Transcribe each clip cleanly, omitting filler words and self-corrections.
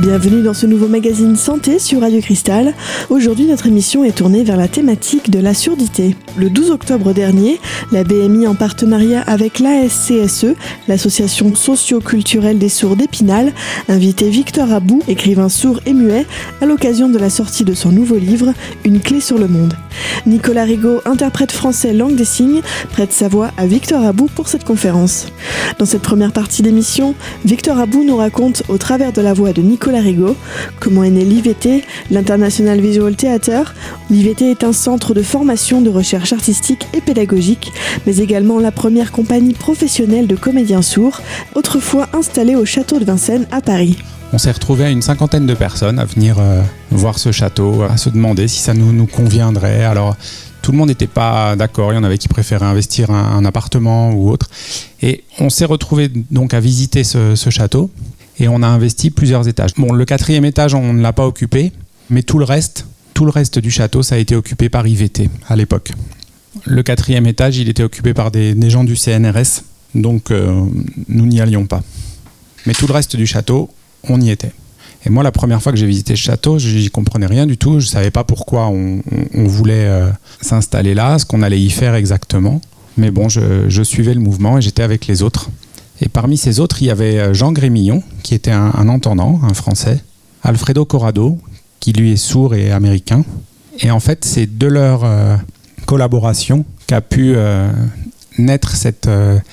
Bienvenue dans ce nouveau magazine Santé sur Radio Cristal. Aujourd'hui, notre émission est tournée vers la thématique de la surdité. Le 12 octobre dernier, la BMI, en partenariat avec l'ASCSE, l'association socio-culturelle des sourds d'Épinal, invitait Victor Abou, écrivain sourd et muet, à l'occasion de la sortie de son nouveau livre « Une clé sur le monde ». Nicolas Rigaud, interprète français langue des signes, prête sa voix à Victor Abou pour cette conférence. Dans cette première partie d'émission, Victor Abou nous raconte, au travers de la voix de Nicolas Rigaud, comment est né l'IVT, l'International Visual Theatre. L'IVT est un centre de formation, de recherche artistique et pédagogique, mais également la première compagnie professionnelle de comédiens sourds, autrefois installée au château de Vincennes à Paris. On s'est retrouvé à une cinquantaine de personnes à venir voir ce château, à se demander si ça nous conviendrait. Alors, tout le monde n'était pas d'accord, il y en avait qui préféraient investir un appartement ou autre. Et on s'est retrouvé donc à visiter ce château et on a investi plusieurs étages. Bon, le 4e étage, on ne l'a pas occupé, mais tout le reste du château, ça a été occupé par IVT à l'époque. Le 4e étage, il était occupé par des gens du CNRS, donc nous n'y allions pas. Mais tout le reste du château, on y était. Et moi, la première fois que j'ai visité ce château, j'y comprenais rien du tout. Je ne savais pas pourquoi on voulait s'installer là, ce qu'on allait y faire exactement. Mais bon, je suivais le mouvement et j'étais avec les autres. Et parmi ces autres, il y avait Jean Grémillon, qui était un entendant, un Français. Alfredo Corrado, qui lui est sourd et américain. Et en fait, c'est de leur collaboration qu'a pu naître cette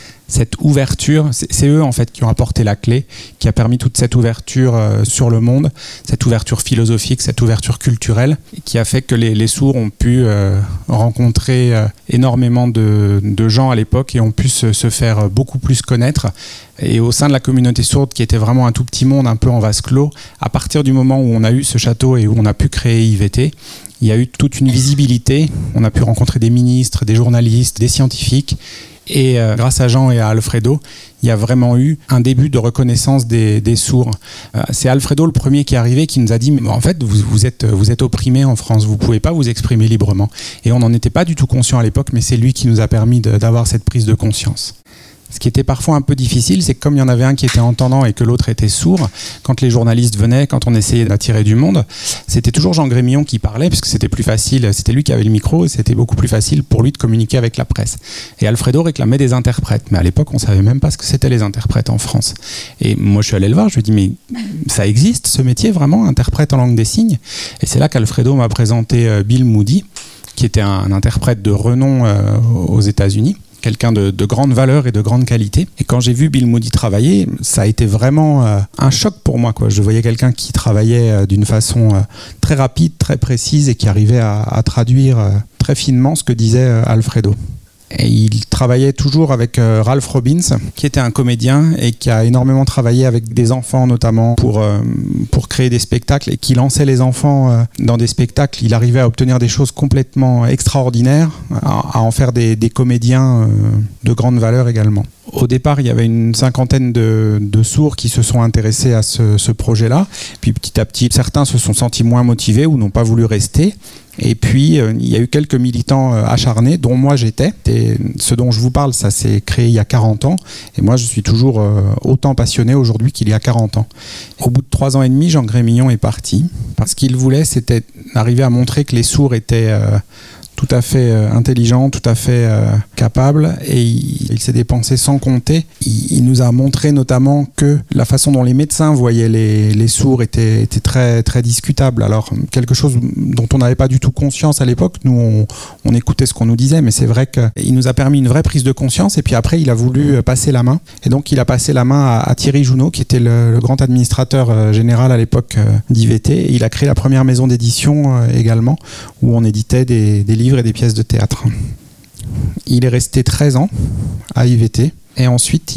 ouverture. C'est eux en fait qui ont apporté la clé, qui a permis toute cette ouverture sur le monde, cette ouverture philosophique, cette ouverture culturelle, qui a fait que les sourds ont pu rencontrer énormément de gens à l'époque et ont pu se faire beaucoup plus connaître. Et au sein de la communauté sourde, qui était vraiment un tout petit monde, un peu en vase clos, à partir du moment où on a eu ce château et où on a pu créer IVT, il y a eu toute une visibilité. On a pu rencontrer des ministres, des journalistes, des scientifiques. Et grâce à Jean et à Alfredo, il y a vraiment eu un début de reconnaissance des sourds. C'est Alfredo le premier qui est arrivé, qui nous a dit « Mais en fait, vous êtes opprimés en France, vous ne pouvez pas vous exprimer librement ». Et on n'en était pas du tout conscient à l'époque, mais c'est lui qui nous a permis d'avoir cette prise de conscience. Ce qui était parfois un peu difficile, c'est que comme il y en avait un qui était entendant et que l'autre était sourd, quand les journalistes venaient, quand on essayait d'attirer du monde, c'était toujours Jean Grémillon qui parlait, puisque c'était plus facile, c'était lui qui avait le micro, et c'était beaucoup plus facile pour lui de communiquer avec la presse. Et Alfredo réclamait des interprètes, mais à l'époque, on ne savait même pas ce que c'était les interprètes en France. Et moi, je suis allé le voir, je lui ai dit, mais ça existe, ce métier, vraiment, interprète en langue des signes? Et c'est là qu'Alfredo m'a présenté Bill Moody, qui était un interprète de renom aux États-Unis. Quelqu'un de grande valeur et de grande qualité. Et quand j'ai vu Bill Moody travailler, ça a été vraiment un choc pour moi, quoi. Je voyais quelqu'un qui travaillait d'une façon très rapide, très précise et qui arrivait à traduire très finement ce que disait Alfredo. Et il travaillait toujours avec Ralph Robbins, qui était un comédien et qui a énormément travaillé avec des enfants notamment pour créer des spectacles et qui lançait les enfants dans des spectacles. Il arrivait à obtenir des choses complètement extraordinaires, à en faire des comédiens de grande valeur également. Au départ, il y avait une cinquantaine de sourds qui se sont intéressés à ce projet-là. Puis petit à petit, certains se sont sentis moins motivés ou n'ont pas voulu rester. Et puis, il y a eu quelques militants acharnés, dont moi j'étais. Et ce dont je vous parle, ça s'est créé il y a 40 ans. Et moi, je suis toujours autant passionné aujourd'hui qu'il y a 40 ans. Au bout de 3 ans et demi, Jean Grémillon est parti. Parce qu'il voulait, c'était arriver à montrer que les sourds étaient tout à fait intelligent, tout à fait capable, et il s'est dépensé sans compter. Il nous a montré notamment que la façon dont les médecins voyaient les sourds était très, très discutable. Alors, quelque chose dont on n'avait pas du tout conscience à l'époque, nous on écoutait ce qu'on nous disait, mais c'est vrai qu'il nous a permis une vraie prise de conscience, et puis après il a voulu passer la main, et donc il a passé la main à Thierry Junot, qui était le grand administrateur général à l'époque d'IVT, et il a créé la première maison d'édition également, où on éditait des livres et des pièces de théâtre. Il est resté 13 ans à IVT et ensuite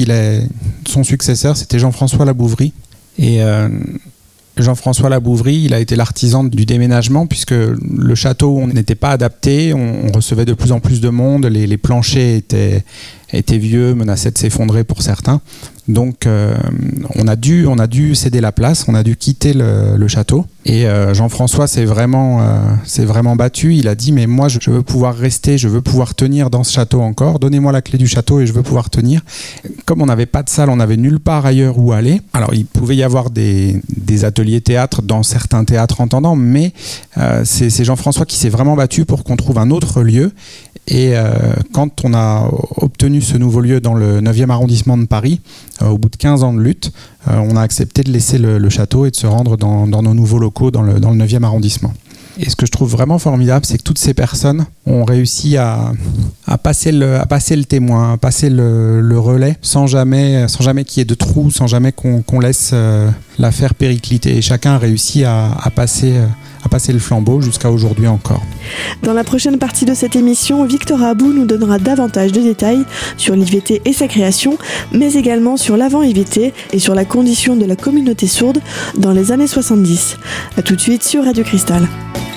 son successeur, c'était Jean-François Labouvry. Et Jean-François Labouvry, il a été l'artisan du déménagement puisque le château n'était pas adapté, on recevait de plus en plus de monde, les planchers étaient vieux, menaçaient de s'effondrer pour certains. Donc on a dû céder la place, on a dû quitter le château. Et Jean-François s'est vraiment battu. Il a dit mais moi je veux pouvoir rester, je veux pouvoir tenir dans ce château encore. Donnez-moi la clé du château et je veux pouvoir tenir. Comme on n'avait pas de salle, on n'avait nulle part ailleurs où aller. Alors il pouvait y avoir des ateliers théâtre dans certains théâtres entendants, mais c'est Jean-François qui s'est vraiment battu pour qu'on trouve un autre lieu. Et quand on a obtenu ce nouveau lieu dans le 9e arrondissement de Paris, au bout de 15 ans de lutte, on a accepté de laisser le château et de se rendre dans nos nouveaux locaux dans le 9e arrondissement. Et ce que je trouve vraiment formidable, c'est que toutes ces personnes ont réussi à passer le témoin, à passer le relais sans jamais qu'il y ait de trous, sans jamais qu'on laisse l'affaire péricliter. Et chacun a réussi à passer le flambeau jusqu'à aujourd'hui encore. Dans la prochaine partie de cette émission, Victor Abou nous donnera davantage de détails sur l'IVT et sa création, mais également sur l'avant-IVT et sur la condition de la communauté sourde dans les années 70. A tout de suite sur Radio Cristal.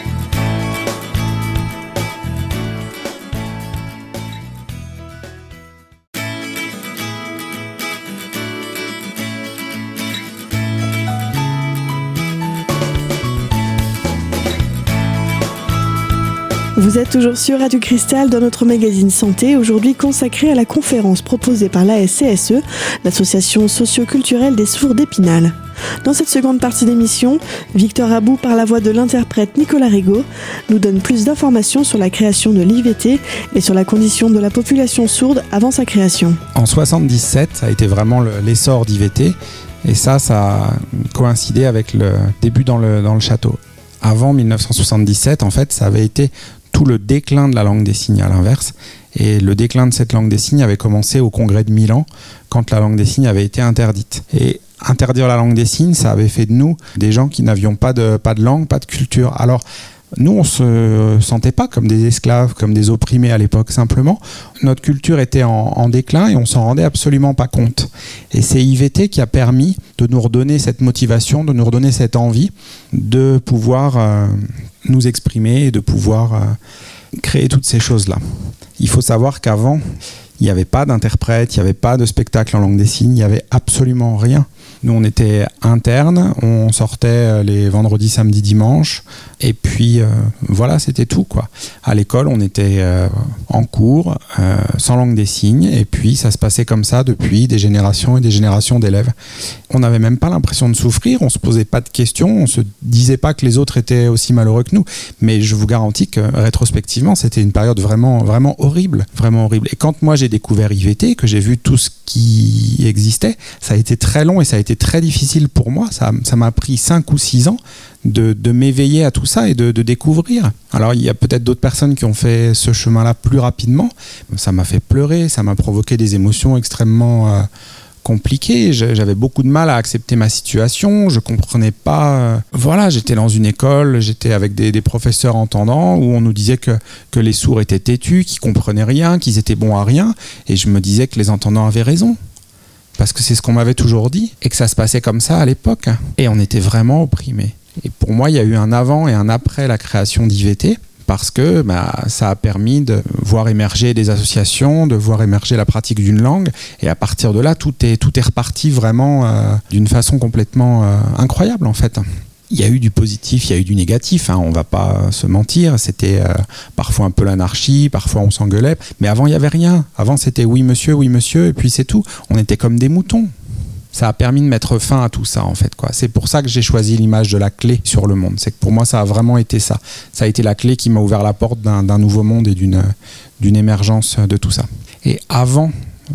Vous êtes toujours sur Radio Cristal dans notre magazine Santé, aujourd'hui consacré à la conférence proposée par l'ASCSE, l'association socio-culturelle des sourds d'Épinal. Dans cette seconde partie d'émission, Victor Abou, par la voix de l'interprète Nicolas Rigaud, nous donne plus d'informations sur la création de l'IVT et sur la condition de la population sourde avant sa création. En 1977, ça a été vraiment l'essor d'IVT, et ça a coïncidé avec le début dans le château. Avant 1977, en fait, ça avait été tout le déclin de la langue des signes à l'inverse. Et le déclin de cette langue des signes avait commencé au congrès de Milan, quand la langue des signes avait été interdite. Et interdire la langue des signes, ça avait fait de nous des gens qui n'avions pas de langue, pas de culture. Alors, nous, on se sentait pas comme des esclaves, comme des opprimés à l'époque. Simplement, notre culture était en déclin et on s'en rendait absolument pas compte. Et c'est IVT qui a permis de nous redonner cette motivation, de nous redonner cette envie de pouvoir nous exprimer et de pouvoir créer toutes ces choses-là. Il faut savoir qu'avant, il n'y avait pas d'interprète, il n'y avait pas de spectacle en langue des signes, il n'y avait absolument rien. Nous, on était internes, on sortait les vendredis, samedis, dimanches, et puis voilà, c'était tout, quoi. À l'école, on était en cours, sans langue des signes, et puis ça se passait comme ça depuis des générations et des générations d'élèves. On n'avait même pas l'impression de souffrir, on se posait pas de questions, on se disait pas que les autres étaient aussi malheureux que nous, mais je vous garantis que rétrospectivement, c'était une période vraiment, vraiment horrible, vraiment horrible. Et quand moi j'ai découvert IVT, que j'ai vu tout ce qui existait, ça a été très long et ça a été très difficile pour moi. Ça m'a pris 5 ou 6 ans de m'éveiller à tout ça et de découvrir. Alors il y a peut-être d'autres personnes qui ont fait ce chemin-là plus rapidement. Ça m'a fait pleurer, ça m'a provoqué des émotions extrêmement compliquées. J'avais beaucoup de mal à accepter ma situation, je comprenais pas. Voilà, j'étais dans une école, j'étais avec des professeurs entendants où on nous disait que les sourds étaient têtus, qu'ils comprenaient rien, qu'ils étaient bons à rien, et je me disais que les entendants avaient raison. Parce que c'est ce qu'on m'avait toujours dit, et que ça se passait comme ça à l'époque. Et on était vraiment opprimés. Et pour moi, il y a eu un avant et un après la création d'IVT, parce que ça a permis de voir émerger des associations, de voir émerger la pratique d'une langue, et à partir de là, tout est reparti vraiment d'une façon complètement incroyable, en fait. Il y a eu du positif, il y a eu du négatif, on va pas se mentir, c'était parfois un peu l'anarchie, parfois on s'engueulait, mais avant il n'y avait rien, avant c'était oui monsieur, et puis c'est tout, on était comme des moutons. Ça a permis de mettre fin à tout ça, en fait, quoi. C'est pour ça que j'ai choisi l'image de la clé sur le monde, c'est que pour moi ça a vraiment été ça. Ça a été la clé qui m'a ouvert la porte d'un nouveau monde et d'une émergence de tout ça. Et avant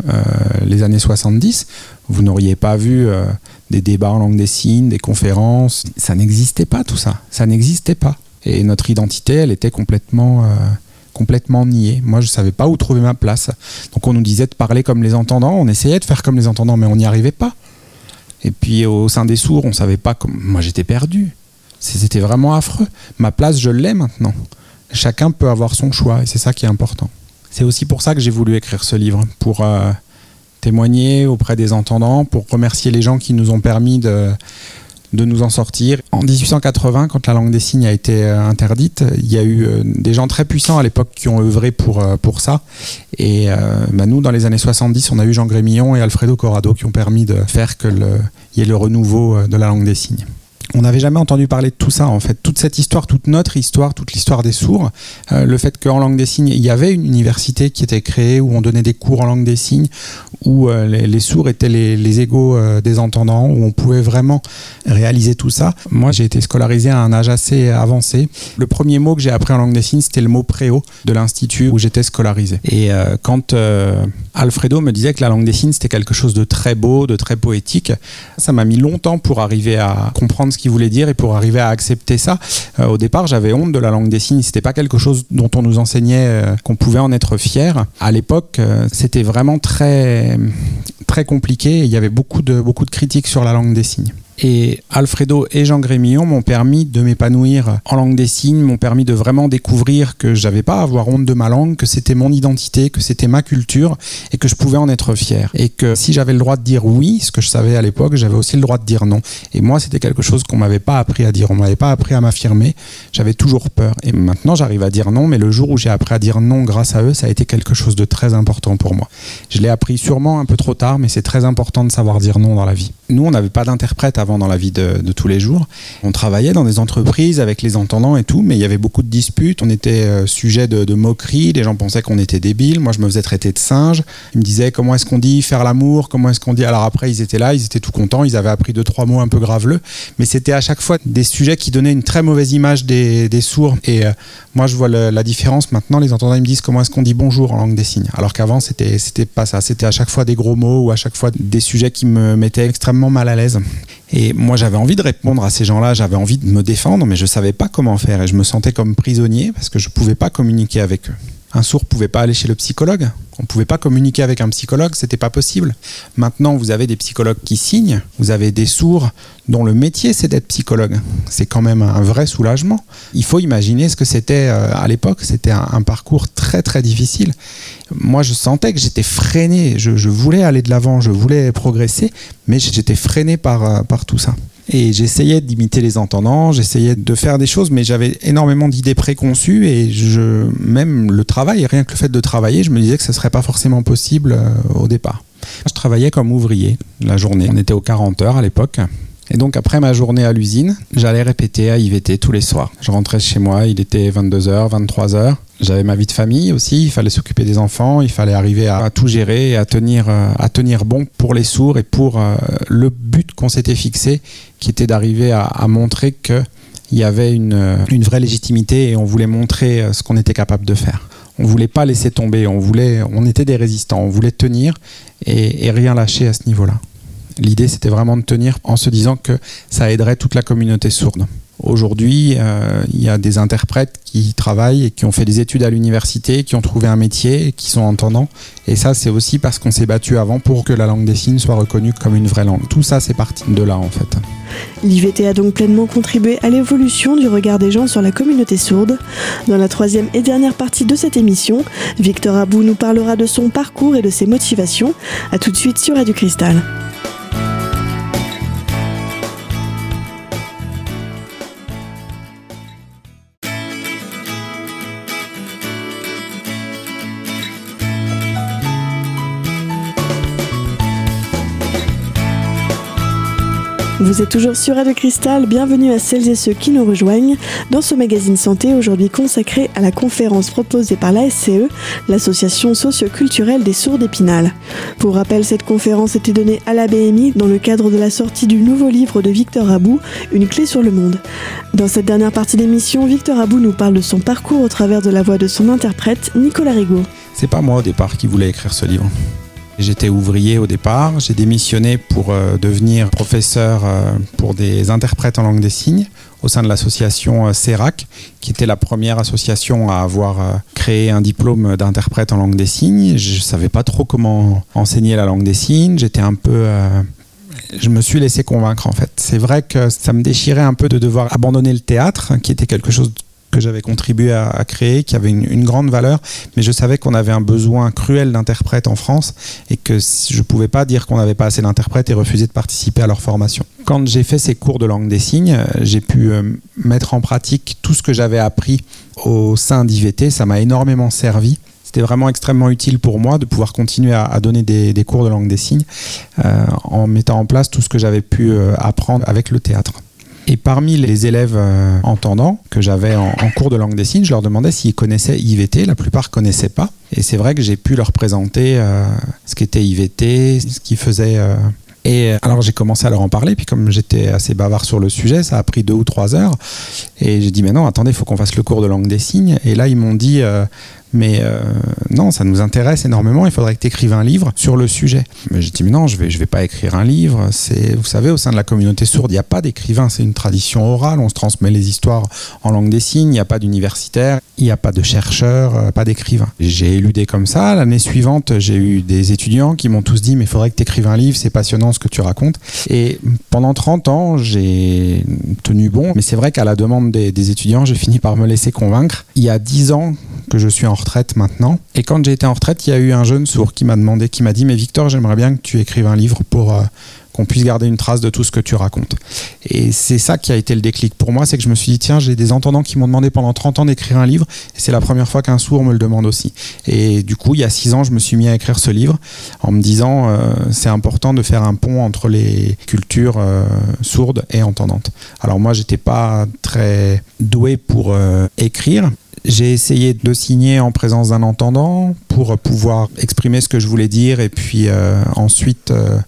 les années 70, vous n'auriez pas vu des débats en langue des signes, des conférences. Ça n'existait pas, tout ça. Ça n'existait pas. Et notre identité, elle était complètement niée. Moi, je ne savais pas où trouver ma place. Donc, on nous disait de parler comme les entendants. On essayait de faire comme les entendants, mais on n'y arrivait pas. Et puis, au sein des sourds, on ne savait pas comment... Moi, j'étais perdu. C'était vraiment affreux. Ma place, je l'ai maintenant. Chacun peut avoir son choix, et c'est ça qui est important. C'est aussi pour ça que j'ai voulu écrire ce livre, pour témoigner auprès des entendants, pour remercier les gens qui nous ont permis de de nous en sortir. En 1880, quand la langue des signes a été interdite, il y a eu des gens très puissants à l'époque qui ont œuvré pour ça. Et nous, dans les années 70, on a eu Jean Grémillon et Alfredo Corrado qui ont permis de faire qu'il y ait le renouveau de la langue des signes. On n'avait jamais entendu parler de tout ça, en fait. Toute cette histoire, toute notre histoire, toute l'histoire des sourds, le fait qu'en langue des signes, il y avait une université qui était créée où on donnait des cours en langue des signes, où les sourds étaient les égaux des entendants, où on pouvait vraiment réaliser tout ça. Moi, j'ai été scolarisé à un âge assez avancé. Le premier mot que j'ai appris en langue des signes, c'était le mot préau de l'institut où j'étais scolarisé. Et quand Alfredo me disait que la langue des signes, c'était quelque chose de très beau, de très poétique, ça m'a mis longtemps pour arriver à comprendre ce qu'il voulait dire et pour arriver à accepter ça. Au départ, j'avais honte de la langue des signes. C'était pas quelque chose dont on nous enseignait qu'on pouvait en être fier. À l'époque, c'était vraiment très, très compliqué. Il y avait beaucoup de critiques sur la langue des signes. Et Alfredo et Jean Grémillon m'ont permis de m'épanouir en langue des signes, m'ont permis de vraiment découvrir que j'avais pas à avoir honte de ma langue, que c'était mon identité, que c'était ma culture et que je pouvais en être fier. Et que si j'avais le droit de dire oui, ce que je savais à l'époque, j'avais aussi le droit de dire non. Et moi, c'était quelque chose qu'on m'avait pas appris à dire, on m'avait pas appris à m'affirmer, j'avais toujours peur. Et maintenant, j'arrive à dire non, mais le jour où j'ai appris à dire non grâce à eux, ça a été quelque chose de très important pour moi. Je l'ai appris sûrement un peu trop tard, mais c'est très important de savoir dire non dans la vie. Nous, on n'avait pas d'interprète avant dans la vie de tous les jours. On travaillait dans des entreprises avec les entendants et tout, mais il y avait beaucoup de disputes. On était sujet de moqueries. Les gens pensaient qu'on était débiles. Moi, je me faisais traiter de singe. Ils me disaient comment est-ce qu'on dit faire l'amour, comment est-ce qu'on dit. Alors après, ils étaient là, ils étaient tout contents. Ils avaient appris 2-3 mots un peu graveleux, mais c'était à chaque fois des sujets qui donnaient une très mauvaise image des sourds. Et moi, je vois la différence maintenant. Les entendants, ils me disent comment est-ce qu'on dit bonjour en langue des signes, alors qu'avant, c'était pas ça. C'était à chaque fois des gros mots ou à chaque fois des sujets qui me mettaient extrêmement mal à l'aise. Et moi, j'avais envie de répondre à ces gens-là, j'avais envie de me défendre, mais je ne savais pas comment faire. Et je me sentais comme prisonnier parce que je ne pouvais pas communiquer avec eux. Un sourd ne pouvait pas aller chez le psychologue. On ne pouvait pas communiquer avec un psychologue, c'était pas possible. Maintenant, vous avez des psychologues qui signent, vous avez des sourds dont le métier c'est d'être psychologue. C'est quand même un vrai soulagement. Il faut imaginer ce que c'était à l'époque. C'était un parcours très très difficile. Moi, je sentais que j'étais freiné. Je voulais aller de l'avant, je voulais progresser, mais j'étais freiné par tout ça. Et j'essayais d'imiter les entendants, j'essayais de faire des choses, mais j'avais énormément d'idées préconçues et même le travail, rien que le fait de travailler, je me disais que ce ne serait pas forcément possible au départ. Je travaillais comme ouvrier la journée, on était aux 40 heures à l'époque. Et donc après ma journée à l'usine, j'allais répéter à IVT tous les soirs. Je rentrais chez moi, il était 22h, 23h. J'avais ma vie de famille aussi, il fallait s'occuper des enfants, il fallait arriver à tout gérer et à tenir bon pour les sourds et pour le but qu'on s'était fixé, qui était d'arriver à montrer qu'il y avait une vraie légitimité et on voulait montrer ce qu'on était capable de faire. On ne voulait pas laisser tomber, on était des résistants, on voulait tenir et rien lâcher à ce niveau-là. L'idée, c'était vraiment de tenir en se disant que ça aiderait toute la communauté sourde. Aujourd'hui, il y a des interprètes qui travaillent et qui ont fait des études à l'université, qui ont trouvé un métier, qui sont entendants. Et ça, c'est aussi parce qu'on s'est battu avant pour que la langue des signes soit reconnue comme une vraie langue. Tout ça, c'est parti de là, en fait. L'IVT a donc pleinement contribué à l'évolution du regard des gens sur la communauté sourde. Dans la troisième et dernière partie de cette émission, Victor Abou nous parlera de son parcours et de ses motivations. A tout de suite sur Radio Cristal. Vous êtes toujours sur Radio Cristal, bienvenue à celles et ceux qui nous rejoignent dans ce magazine santé aujourd'hui consacré à la conférence proposée par l'ASCE, l'association socio-culturelle des sourds d'Épinal. Pour rappel, cette conférence était donnée à la BMI dans le cadre de la sortie du nouveau livre de Victor Abou, Une clé sur le monde. Dans cette dernière partie d'émission, Victor Abou nous parle de son parcours au travers de la voix de son interprète, Nicolas Rigaud. C'est pas moi au départ qui voulais écrire ce livre. J'étais ouvrier au départ, j'ai démissionné pour devenir professeur pour des interprètes en langue des signes au sein de l'association CERAC, qui était la première association à avoir créé un diplôme d'interprète en langue des signes. Je ne savais pas trop comment enseigner la langue des signes, j'étais un peu... Je me suis laissé convaincre en fait. C'est vrai que ça me déchirait un peu de devoir abandonner le théâtre, qui était quelque chose que j'avais contribué à créer, qui avait une grande valeur, mais je savais qu'on avait un besoin cruel d'interprètes en France et que je ne pouvais pas dire qu'on n'avait pas assez d'interprètes et refuser de participer à leur formation. Quand j'ai fait ces cours de langue des signes, j'ai pu mettre en pratique tout ce que j'avais appris au sein d'IVT. Ça m'a énormément servi. C'était vraiment extrêmement utile pour moi de pouvoir continuer à donner des cours de langue des signes en mettant en place tout ce que j'avais pu apprendre avec le théâtre. Et parmi les élèves entendants que j'avais en cours de langue des signes, je leur demandais s'ils connaissaient IVT. La plupart ne connaissaient pas. Et c'est vrai que j'ai pu leur présenter ce qu'était IVT, ce qu'ils faisaient. Et alors j'ai commencé à leur en parler, puis comme j'étais assez bavard sur le sujet, ça a pris 2 ou 3 heures. Et j'ai dit, mais non, attendez, il faut qu'on fasse le cours de langue des signes. Et là, ils m'ont dit... non, ça nous intéresse énormément, il faudrait que tu écrives un livre sur le sujet. Mais j'ai dit, mais non, je vais pas écrire un livre. Vous savez, au sein de la communauté sourde, il n'y a pas d'écrivain, c'est une tradition orale, on se transmet les histoires en langue des signes, il n'y a pas d'universitaire, il n'y a pas de chercheur, pas d'écrivain. J'ai éludé comme ça. L'année suivante, j'ai eu des étudiants qui m'ont tous dit, mais il faudrait que tu écrives un livre, c'est passionnant ce que tu racontes. Et pendant 30 ans, j'ai tenu bon, mais c'est vrai qu'à la demande des étudiants, j'ai fini par me laisser convaincre. Il y a 10 ans que je suis en retraite maintenant. Et quand j'ai été en retraite, il y a eu un jeune sourd qui m'a dit, mais Victor, j'aimerais bien que tu écrives un livre pour qu'on puisse garder une trace de tout ce que tu racontes. Et c'est ça qui a été le déclic pour moi, c'est que je me suis dit, tiens, j'ai des entendants qui m'ont demandé pendant 30 ans d'écrire un livre, et c'est la première fois qu'un sourd me le demande aussi. Et du coup, il y a 6 ans, je me suis mis à écrire ce livre, en me disant, c'est important de faire un pont entre les cultures sourdes et entendantes. Alors moi, j'étais pas très doué pour écrire. J'ai essayé de signer en présence d'un entendant pour pouvoir exprimer ce que je voulais dire et puis ensuite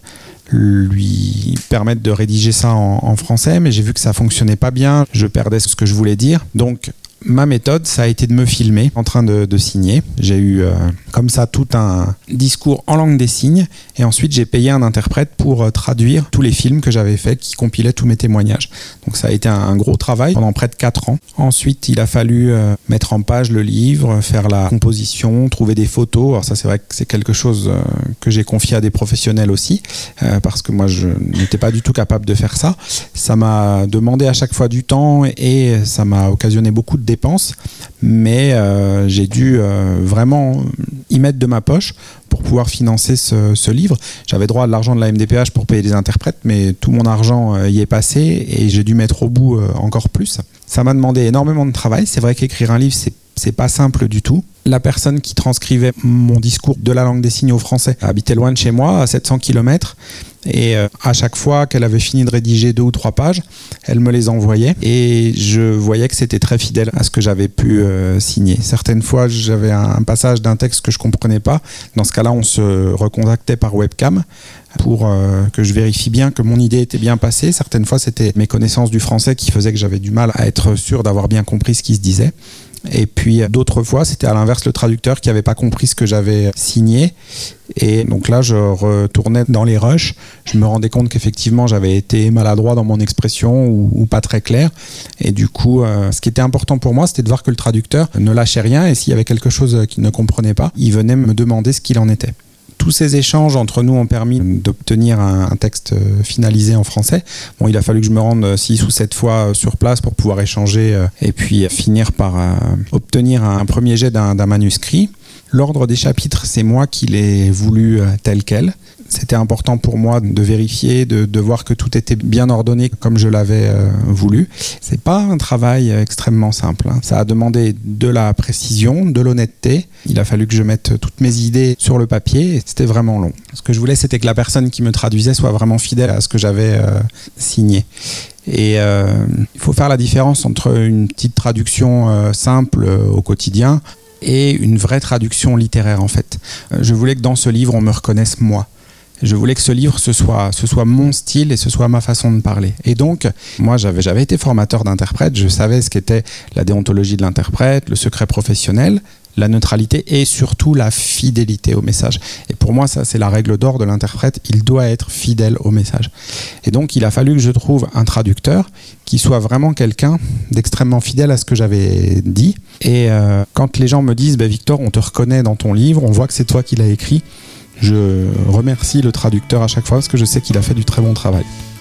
lui permettre de rédiger ça en français, mais j'ai vu que ça fonctionnait pas bien, je perdais ce que je voulais dire. Donc ma méthode, ça a été de me filmer en train de signer. J'ai eu comme ça tout un discours en langue des signes et ensuite j'ai payé un interprète pour traduire tous les films que j'avais faits qui compilaient tous mes témoignages. Donc ça a été un gros travail pendant près de 4 ans. Ensuite, il a fallu mettre en page le livre, faire la composition, trouver des photos. Alors ça, c'est vrai que c'est quelque chose que j'ai confié à des professionnels aussi parce que moi, je n'étais pas du tout capable de faire ça. Ça m'a demandé à chaque fois du temps et ça m'a occasionné beaucoup de dépenses, mais j'ai dû vraiment y mettre de ma poche pour pouvoir financer ce livre. J'avais droit à de l'argent de la MDPH pour payer des interprètes, mais tout mon argent y est passé et j'ai dû mettre au bout encore plus. Ça m'a demandé énormément de travail. C'est vrai qu'écrire un livre, c'est pas simple du tout. La personne qui transcrivait mon discours de la langue des signes au français habitait loin de chez moi, à 700 km. Et à chaque fois qu'elle avait fini de rédiger 2 ou 3 pages, elle me les envoyait et je voyais que c'était très fidèle à ce que j'avais pu signer. Certaines fois, j'avais un passage d'un texte que je ne comprenais pas. Dans ce cas-là, on se recontactait par webcam pour que je vérifie bien que mon idée était bien passée. Certaines fois, c'était mes connaissances du français qui faisaient que j'avais du mal à être sûr d'avoir bien compris ce qui se disait. Et puis d'autres fois, c'était à l'inverse le traducteur qui n'avait pas compris ce que j'avais signé. Et donc là, je retournais dans les rushs. Je me rendais compte qu'effectivement, j'avais été maladroit dans mon expression ou pas très clair. Et du coup, ce qui était important pour moi, c'était de voir que le traducteur ne lâchait rien. Et s'il y avait quelque chose qu'il ne comprenait pas, il venait me demander ce qu'il en était. Tous ces échanges entre nous ont permis d'obtenir un texte finalisé en français. Bon, il a fallu que je me rende 6 ou 7 fois sur place pour pouvoir échanger et puis finir par obtenir un premier jet d'un manuscrit. L'ordre des chapitres, c'est moi qui l'ai voulu tel quel. C'était important pour moi de vérifier, de voir que tout était bien ordonné comme je l'avais voulu. C'est pas un travail extrêmement simple. Ça a demandé de la précision, de l'honnêteté. Il a fallu que je mette toutes mes idées sur le papier et c'était vraiment long. Ce que je voulais, c'était que la personne qui me traduisait soit vraiment fidèle à ce que j'avais signé. Et il faut faire la différence entre une petite traduction simple au quotidien et une vraie traduction littéraire en fait. Je voulais que dans ce livre, on me reconnaisse moi. Je voulais que ce livre, ce soit mon style et ce soit ma façon de parler. Et donc, moi, j'avais été formateur d'interprète, je savais ce qu'était la déontologie de l'interprète, le secret professionnel, la neutralité et surtout la fidélité au message. Et pour moi, ça, c'est la règle d'or de l'interprète, il doit être fidèle au message. Et donc, il a fallu que je trouve un traducteur qui soit vraiment quelqu'un d'extrêmement fidèle à ce que j'avais dit. Et quand les gens me disent, Victor, on te reconnaît dans ton livre, on voit que c'est toi qui l'as écrit, je remercie le traducteur à chaque fois parce que je sais qu'il a fait du très bon travail.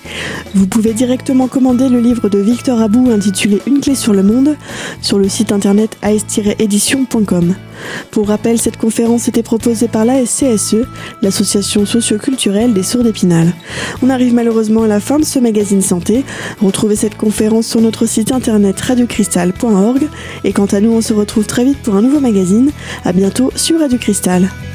Vous pouvez directement commander le livre de Victor Abou intitulé Une clé sur le monde sur le site internet as-edition.com. Pour rappel, cette conférence était proposée par l'ASCSE, l'association socio-culturelle des Sourds d'Épinal. On arrive malheureusement à la fin de ce magazine santé. Retrouvez cette conférence sur notre site internet radiocristal.org et quant à nous, on se retrouve très vite pour un nouveau magazine. À bientôt sur Radio Cristal.